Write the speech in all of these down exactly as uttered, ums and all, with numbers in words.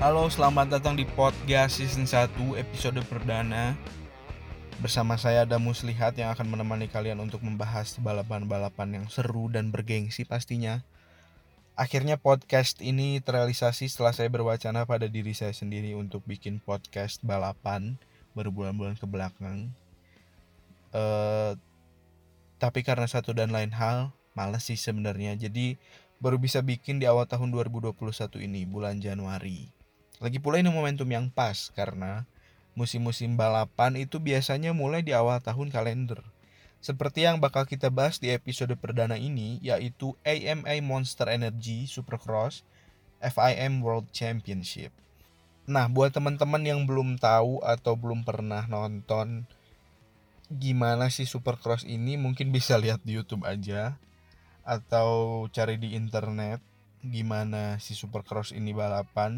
Halo, selamat datang di Podcast Season satu episode perdana. Bersama saya ada Muslihat yang akan menemani kalian untuk membahas balapan-balapan yang seru dan bergengsi pastinya. Akhirnya podcast ini terrealisasi setelah saya berwacana pada diri saya sendiri untuk bikin podcast balapan berbulan-bulan ke belakang. Uh, tapi karena satu dan lain hal, males sih sebenarnya. Jadi baru bisa bikin di awal tahun dua ribu dua puluh satu ini, bulan Januari. Lagi pula ini momentum yang pas karena musim-musim balapan itu biasanya mulai di awal tahun kalender. Seperti yang bakal kita bahas di episode perdana ini, yaitu A M A Monster Energy Supercross F I M World Championship. Nah, buat teman-teman yang belum tahu atau belum pernah nonton gimana sih Supercross ini, mungkin bisa lihat di YouTube aja atau cari di internet gimana si Supercross ini balapan.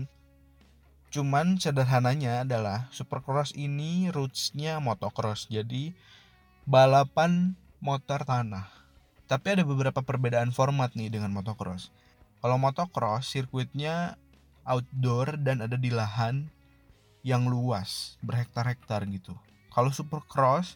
Cuman sederhananya adalah Supercross ini roots-nya motocross, jadi balapan motor tanah. Tapi ada beberapa perbedaan format nih dengan motocross. Kalau motocross sirkuitnya outdoor dan ada di lahan yang luas, berhektar-hektar gitu. Kalau Supercross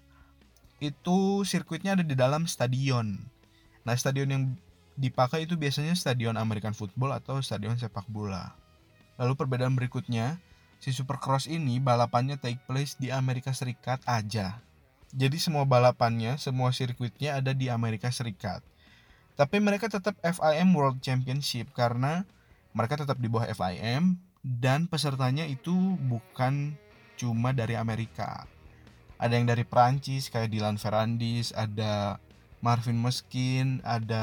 itu sirkuitnya ada di dalam stadion. Nah, stadion yang dipakai itu biasanya stadion American Football atau stadion sepak bola. Lalu perbedaan berikutnya, si Supercross ini balapannya take place di Amerika Serikat aja. Jadi semua balapannya, semua sirkuitnya ada di Amerika Serikat. Tapi mereka tetap F I M World Championship karena mereka tetap di bawah F I M dan pesertanya itu bukan cuma dari Amerika. Ada yang dari Prancis kayak Dylan Ferrandis, ada Marvin Musquin, ada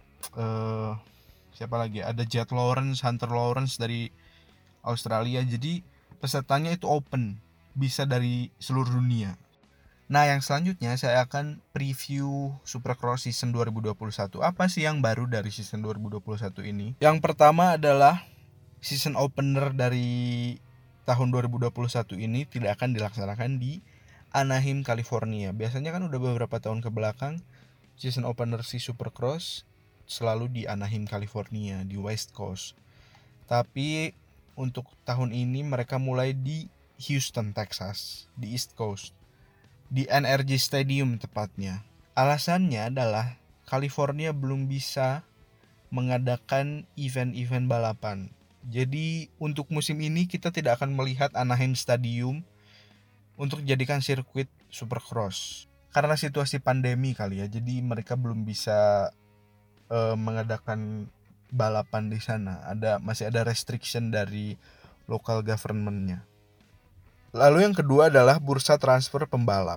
uh, siapa lagi? Ada Jet Lawrence, Hunter Lawrence dari Australia. Jadi pesertanya itu open, bisa dari seluruh dunia. Nah, yang selanjutnya saya akan preview Supercross season dua ribu dua puluh satu. Apa sih yang baru dari season dua ribu dua puluh satu ini? Yang pertama adalah season opener dari tahun dua ribu dua puluh satu ini tidak akan dilaksanakan di Anaheim, California. Biasanya kan udah beberapa tahun ke belakang season opener si Supercross selalu di Anaheim, California, di West Coast. Tapi untuk tahun ini mereka mulai di Houston, Texas, di East Coast, di N R G Stadium tepatnya. Alasannya adalah California belum bisa mengadakan event-event balapan. Jadi untuk musim ini kita tidak akan melihat Anaheim Stadium untuk dijadikan sirkuit Supercross. Karena situasi pandemi kali ya, jadi mereka belum bisa uh, mengadakan balapan di sana. Ada masih ada restriction dari local government-nya. Lalu yang kedua adalah bursa transfer pembalap.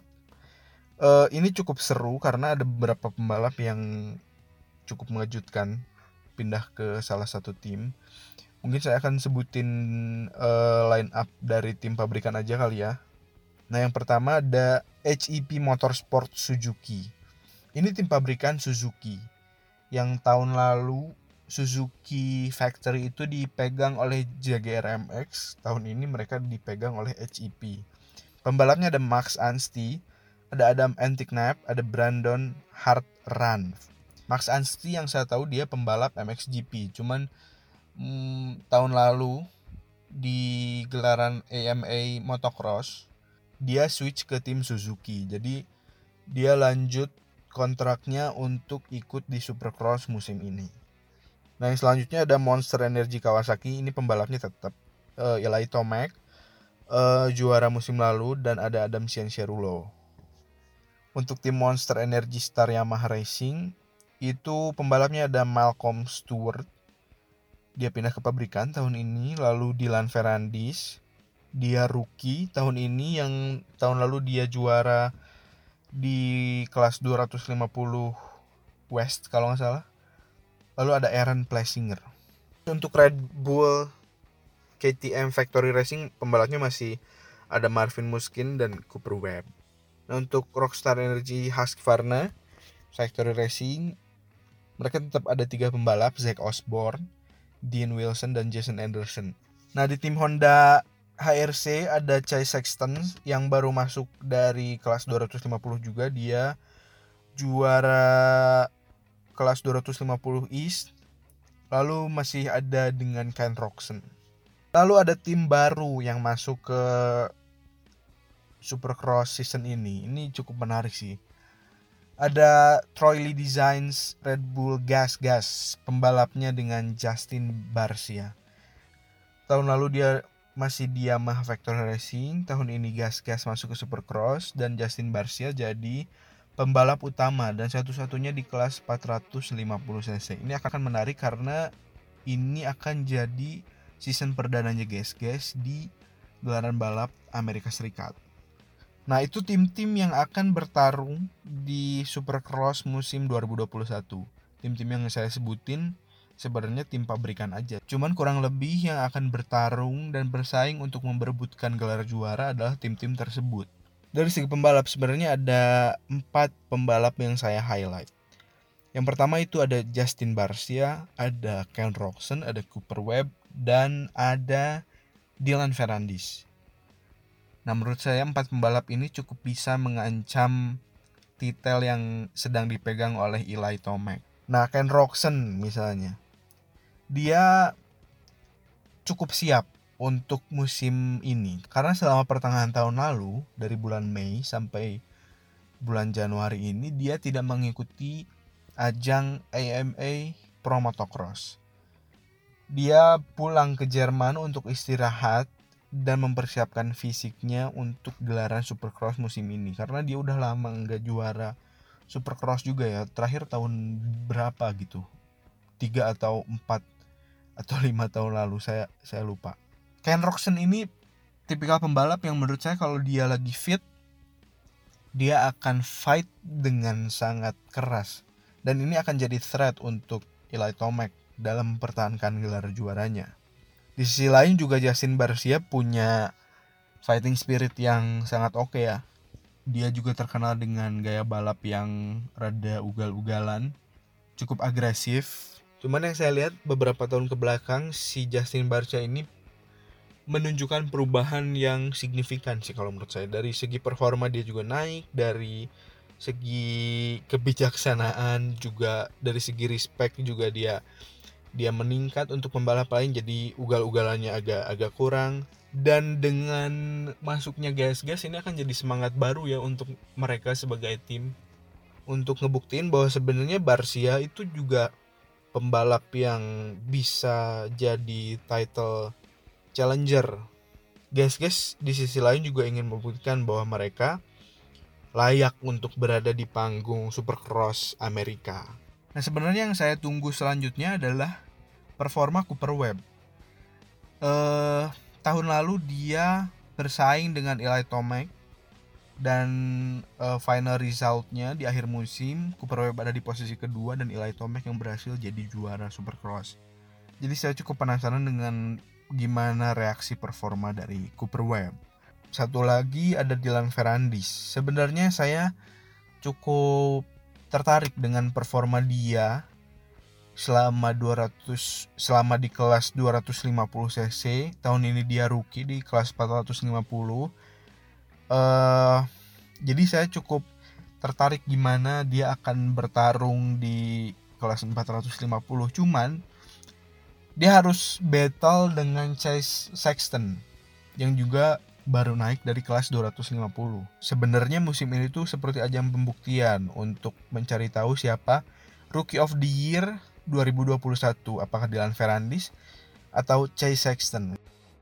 Uh, ini cukup seru karena ada beberapa pembalap yang cukup mengejutkan pindah ke salah satu tim. Mungkin saya akan sebutin uh, line up dari tim pabrikan aja kali ya. Nah, yang pertama ada H E P Motorsport Suzuki. Ini tim pabrikan Suzuki. Yang tahun lalu Suzuki Factory itu dipegang oleh J G R M X. Tahun ini mereka dipegang oleh H E P. Pembalapnya ada Max Anstie, ada Adam Enticknap, ada Brandon Hartranft. Max Anstie yang saya tahu dia pembalap M X G P. Cuman hmm, tahun lalu di gelaran A M A Motocross dia switch ke tim Suzuki. Jadi dia lanjut kontraknya untuk ikut di Supercross musim ini. Nah, yang selanjutnya ada Monster Energy Kawasaki. Ini pembalapnya tetap uh, Eli Tomac, uh, juara musim lalu, dan ada Adam Cianciarulo. Untuk tim Monster Energy Star Yamaha Racing itu pembalapnya ada Malcolm Stewart. Dia pindah ke pabrikan tahun ini. Lalu Dylan Ferrandis, dia rookie tahun ini, yang tahun lalu dia juara di kelas dua ratus lima puluh West kalau nggak salah. Lalu ada Aaron Plessinger. Untuk Red Bull K T M Factory Racing pembalapnya masih ada Marvin Musquin dan Cooper Webb. Nah, untuk Rockstar Energy Husqvarna Factory Racing mereka tetap ada tiga pembalap, Zach Osborne, Dean Wilson, dan Jason Anderson. Nah, di tim Honda H R C ada Chai Sexton yang baru masuk dari kelas dua ratus lima puluh juga. Dia juara kelas dua ratus lima puluh East. Lalu masih ada dengan Ken Roczen. Lalu ada tim baru yang masuk ke Supercross season ini. Ini cukup menarik sih. Ada Troy Lee Designs Red Bull Gas Gas, pembalapnya dengan Justin Barcia. Tahun lalu dia masih di Yamaha Factory Racing, tahun ini Gas Gas masuk ke Supercross dan Justin Barcia jadi pembalap utama dan satu-satunya di kelas empat ratus lima puluh cc. Ini akan menarik karena ini akan jadi season perdananya Gas Gas di gelaran balap Amerika Serikat. Nah, itu tim-tim yang akan bertarung di Supercross musim dua ribu dua puluh satu. Tim-tim yang saya sebutin sebenarnya tim pabrikan aja. Cuman kurang lebih yang akan bertarung dan bersaing untuk memperebutkan gelar juara adalah tim-tim tersebut. Dari segi pembalap sebenarnya ada empat pembalap yang saya highlight. Yang pertama itu ada Justin Barcia, ada Ken Roczen, ada Cooper Webb, dan ada Dylan Ferrandis. Nah, menurut saya empat pembalap ini cukup bisa mengancam titel yang sedang dipegang oleh Eli Tomac. Nah, Ken Roczen misalnya, dia cukup siap untuk musim ini karena selama pertengahan tahun lalu, dari bulan Mei sampai bulan Januari ini, dia tidak mengikuti ajang A M A Pro Motocross. Dia pulang ke Jerman untuk istirahat dan mempersiapkan fisiknya untuk gelaran Supercross musim ini karena dia udah lama nggak juara Supercross juga ya, terakhir tahun berapa gitu, tiga atau empat atau lima tahun lalu, saya saya lupa. Ken Roczen ini tipikal pembalap yang menurut saya kalau dia lagi fit dia akan fight dengan sangat keras dan ini akan jadi threat untuk Eli Tomac dalam mempertahankan gelar juaranya. Di sisi lain juga Justin Barcia punya fighting spirit yang sangat oke okay ya. Dia juga terkenal dengan gaya balap yang rada ugal-ugalan, cukup agresif. Cuman yang saya lihat beberapa tahun ke belakang si Justin Barcia ini menunjukkan perubahan yang signifikan sih kalau menurut saya. Dari segi performa dia juga naik, dari segi kebijaksanaan juga, dari segi respect juga dia dia meningkat untuk pembalap lain, jadi ugal-ugalannya agak agak kurang. Dan dengan masuknya gas-gas ini akan jadi semangat baru ya untuk mereka sebagai tim untuk ngebuktiin bahwa sebenarnya Barcia itu juga pembalap yang bisa jadi title challenger. Gas-gas di sisi lain juga ingin membuktikan bahwa mereka layak untuk berada di panggung Supercross Amerika. Nah, sebenarnya yang saya tunggu selanjutnya adalah performa Cooper Webb. Eh, tahun lalu dia bersaing dengan Eli Tomac dan eh, final resultnya di akhir musim Cooper Webb ada di posisi kedua dan Eli Tomac yang berhasil jadi juara Supercross. Jadi saya cukup penasaran dengan gimana reaksi performa dari Cooper Webb. Satu lagi ada Dylan Ferrandis. Sebenarnya saya cukup tertarik dengan performa dia selama dua ratus selama di kelas dua ratus lima puluh cc. Tahun ini dia rookie di kelas empat ratus lima puluh. Uh, jadi saya cukup tertarik gimana dia akan bertarung di kelas empat ratus lima puluh. Cuman dia harus battle dengan Chase Sexton yang juga baru naik dari kelas dua ratus lima puluh. Sebenarnya musim ini tuh seperti ajang pembuktian untuk mencari tahu siapa Rookie of the Year dua ribu dua puluh satu, apakah Dylan Ferrandis atau Chase Sexton.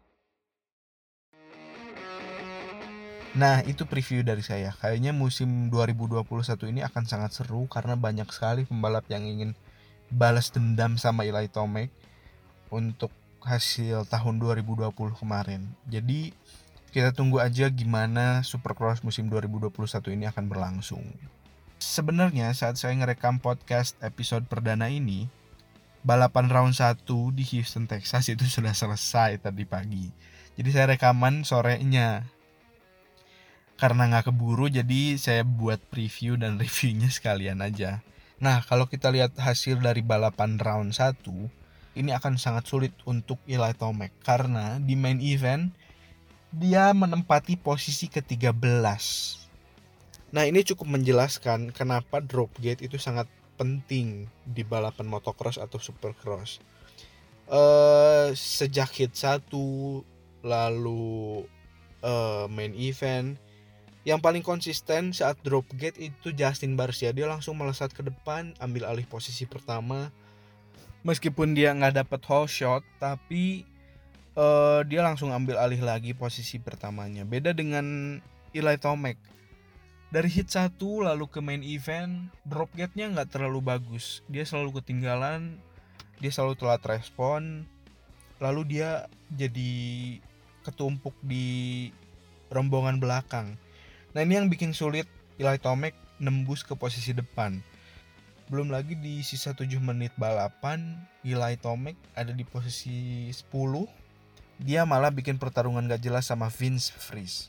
Nah, itu preview dari saya. Kayaknya musim dua ribu dua puluh satu ini akan sangat seru karena banyak sekali pembalap yang ingin balas dendam sama Eli Tomac untuk hasil tahun dua ribu dua puluh kemarin. Jadi kita tunggu aja gimana Supercross musim dua ribu dua puluh satu ini akan berlangsung. Sebenarnya saat saya ngerekam podcast episode perdana ini, balapan round satu di Houston, Texas itu sudah selesai tadi pagi. Jadi saya rekaman sorenya. Karena gak keburu jadi saya buat preview dan reviewnya sekalian aja. Nah, kalau kita lihat hasil dari balapan round satu, ini akan sangat sulit untuk Eli Tomac karena di main event dia menempati posisi ke tiga belas. Nah, ini cukup menjelaskan kenapa drop gate itu sangat penting di balapan motocross atau supercross. uh, sejak hit satu lalu uh, main event, yang paling konsisten saat drop gate itu Justin Barcia. Dia langsung melesat ke depan, ambil alih posisi pertama. Meskipun dia nggak dapat whole shot, tapi uh, dia langsung ambil alih lagi posisi pertamanya. Beda dengan Eli Tomac. Dari hit satu lalu ke main event, drop gate-nya nggak terlalu bagus. Dia selalu ketinggalan, dia selalu telat respon, lalu dia jadi ketumpuk di rombongan belakang. Nah ini yang bikin sulit Eli Tomac nembus ke posisi depan. Belum lagi di sisa tujuh menit balapan, Eli Tomac ada di posisi sepuluh. Dia malah bikin pertarungan gak jelas sama Vince Friese.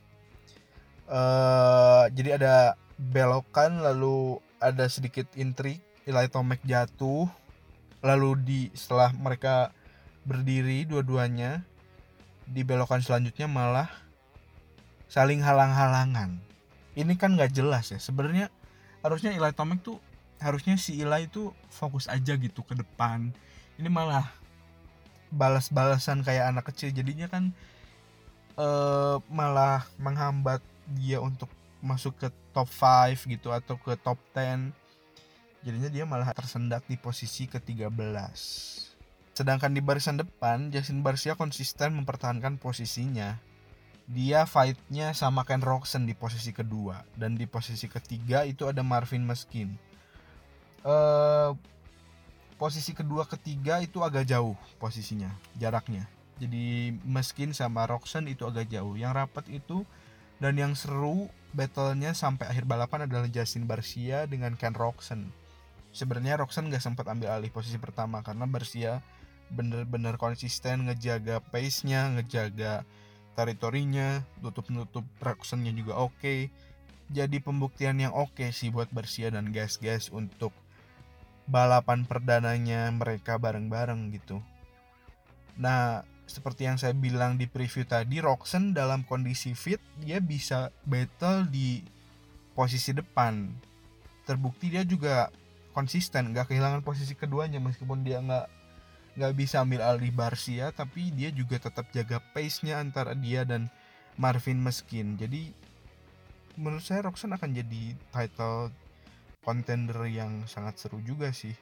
Uh, jadi ada belokan, lalu ada sedikit intrik, Eli Tomac jatuh. Lalu di setelah mereka berdiri dua-duanya, di belokan selanjutnya malah saling halang-halangan. Ini kan nggak jelas ya. Sebenarnya harusnya Eli Tomac tuh harusnya si Eli itu fokus aja gitu ke depan. Ini malah balas-balasan kayak anak kecil. Jadinya kan uh, malah menghambat dia untuk masuk ke top lima gitu atau ke top sepuluh. Jadinya dia malah tersendat di posisi ke tiga belas. Sedangkan di barisan depan, Justin Barcia konsisten mempertahankan posisinya. Dia fight-nya sama Ken Roczen di posisi kedua, dan di posisi ketiga itu ada Marvin Miskine. Uh, posisi kedua ketiga itu agak jauh posisinya, jaraknya. Jadi Miskine sama Roczen itu agak jauh. Yang rapat itu dan yang seru battle-nya sampai akhir balapan adalah Justin Barcia dengan Ken Roczen. Sebenarnya Roczen gak sempat ambil alih posisi pertama karena Barcia bener-bener konsisten ngejaga pace-nya, ngejaga teritorinya, tutup-nutup Roczen-nya juga oke. Okay. Jadi pembuktian yang oke okay sih buat Barcia dan guys-guys untuk balapan perdananya mereka bareng-bareng gitu. Nah, seperti yang saya bilang di preview tadi, Roczen dalam kondisi fit, dia bisa battle di posisi depan. Terbukti dia juga konsisten, gak kehilangan posisi keduanya meskipun dia gak nggak bisa ambil alih Barcia, tapi dia juga tetap jaga pace-nya antara dia dan Marvin Miskine. Jadi menurut saya Roczen akan jadi title contender yang sangat seru juga sih.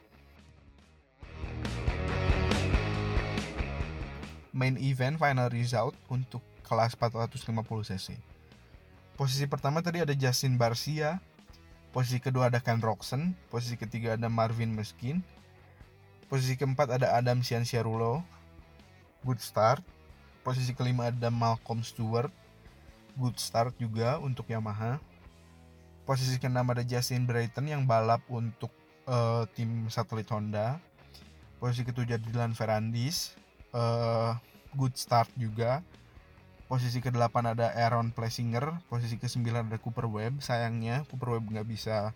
Main event final result untuk kelas empat ratus lima puluh cc. Posisi pertama tadi ada Justin Barcia, posisi kedua ada Ken Roczen, posisi ketiga ada Marvin Miskine, posisi keempat ada Adam Cianciarulo, good start. Posisi kelima ada Malcolm Stewart, good start juga untuk Yamaha. Posisi keenam ada Justin Brayton yang balap untuk uh, tim satelit Honda. Posisi ketujuh ada Dylan Ferrandis, uh, good start juga. Posisi kedelapan ada Aaron Plessinger, posisi kesembilan ada Cooper Webb. Sayangnya Cooper Webb nggak bisa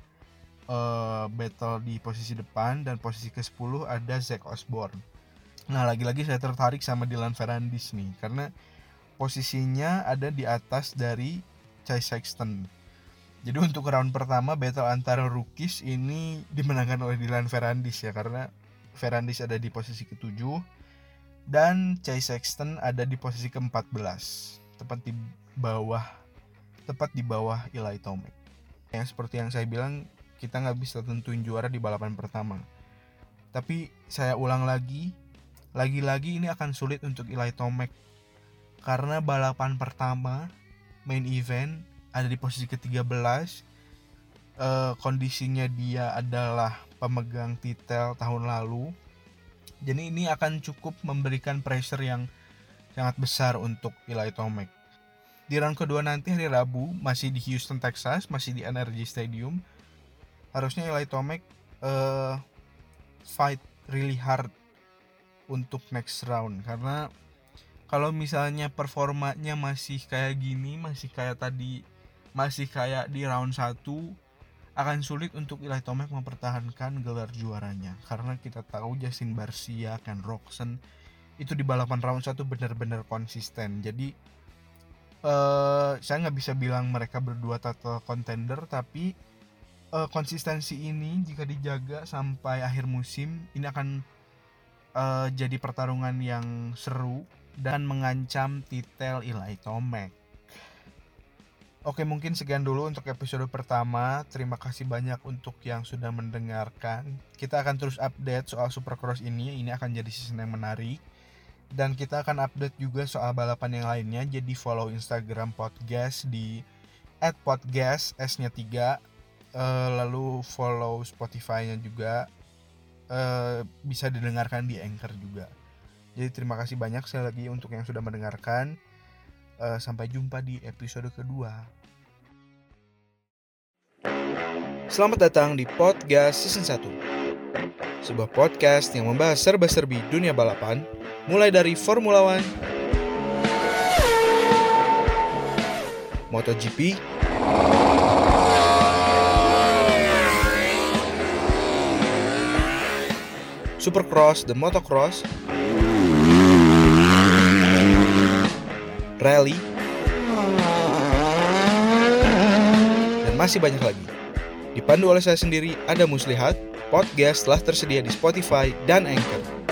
Uh, battle di posisi depan, dan posisi ke sepuluh ada Zach Osborne. Nah, lagi-lagi saya tertarik sama Dylan Ferrandis nih karena posisinya ada di atas dari Chase Sexton. Jadi untuk round pertama battle antara rookies ini dimenangkan oleh Dylan Ferrandis ya, karena Ferrandis ada di posisi ketujuh dan Chase Sexton ada di posisi keempat belas, tepat di bawah tepat di bawah Eli Tomac. Yang seperti yang saya bilang, kita nggak bisa tentuin juara di balapan pertama. Tapi saya ulang lagi, lagi-lagi ini akan sulit untuk Eli Tomac karena balapan pertama main event ada di posisi ke tiga belas. E, kondisinya dia adalah pemegang titel tahun lalu. Jadi ini akan cukup memberikan pressure yang sangat besar untuk Eli Tomac. Di round kedua nanti hari Rabu masih di Houston, Texas, masih di Energy Stadium. Harusnya Eli Tomac uh, fight really hard untuk next round, karena kalau misalnya performanya masih kayak gini, masih kayak tadi, masih kayak di round satu, akan sulit untuk Eli Tomac mempertahankan gelar juaranya. Karena kita tahu Justin Barcia, Ken Roczen itu di balapan round satu benar-benar konsisten. Jadi uh, saya nggak bisa bilang mereka berdua title contender, tapi Uh, konsistensi ini jika dijaga sampai akhir musim, ini akan uh, jadi pertarungan yang seru dan mengancam titel Eli Tomac. Oke, mungkin sekian dulu untuk episode pertama. Terima kasih banyak untuk yang sudah mendengarkan. Kita akan terus update soal Supercross ini. Ini akan jadi season yang menarik. Dan kita akan update juga soal balapan yang lainnya. Jadi follow Instagram Podcast di at podcast S-nya tiga. Uh, lalu follow Spotify-nya juga. Uh, bisa didengarkan di Anchor juga. Jadi terima kasih banyak sekali lagi untuk yang sudah mendengarkan. Uh, sampai jumpa di episode kedua. Selamat datang di Podcast Season satu. Sebuah podcast yang membahas serba-serbi dunia balapan, mulai dari Formula One, MotoGP, Supercross dan Motocross, rally, dan masih banyak lagi. Dipandu oleh saya sendiri, Adam Muslihat. Podcast telah tersedia di Spotify dan Anchor.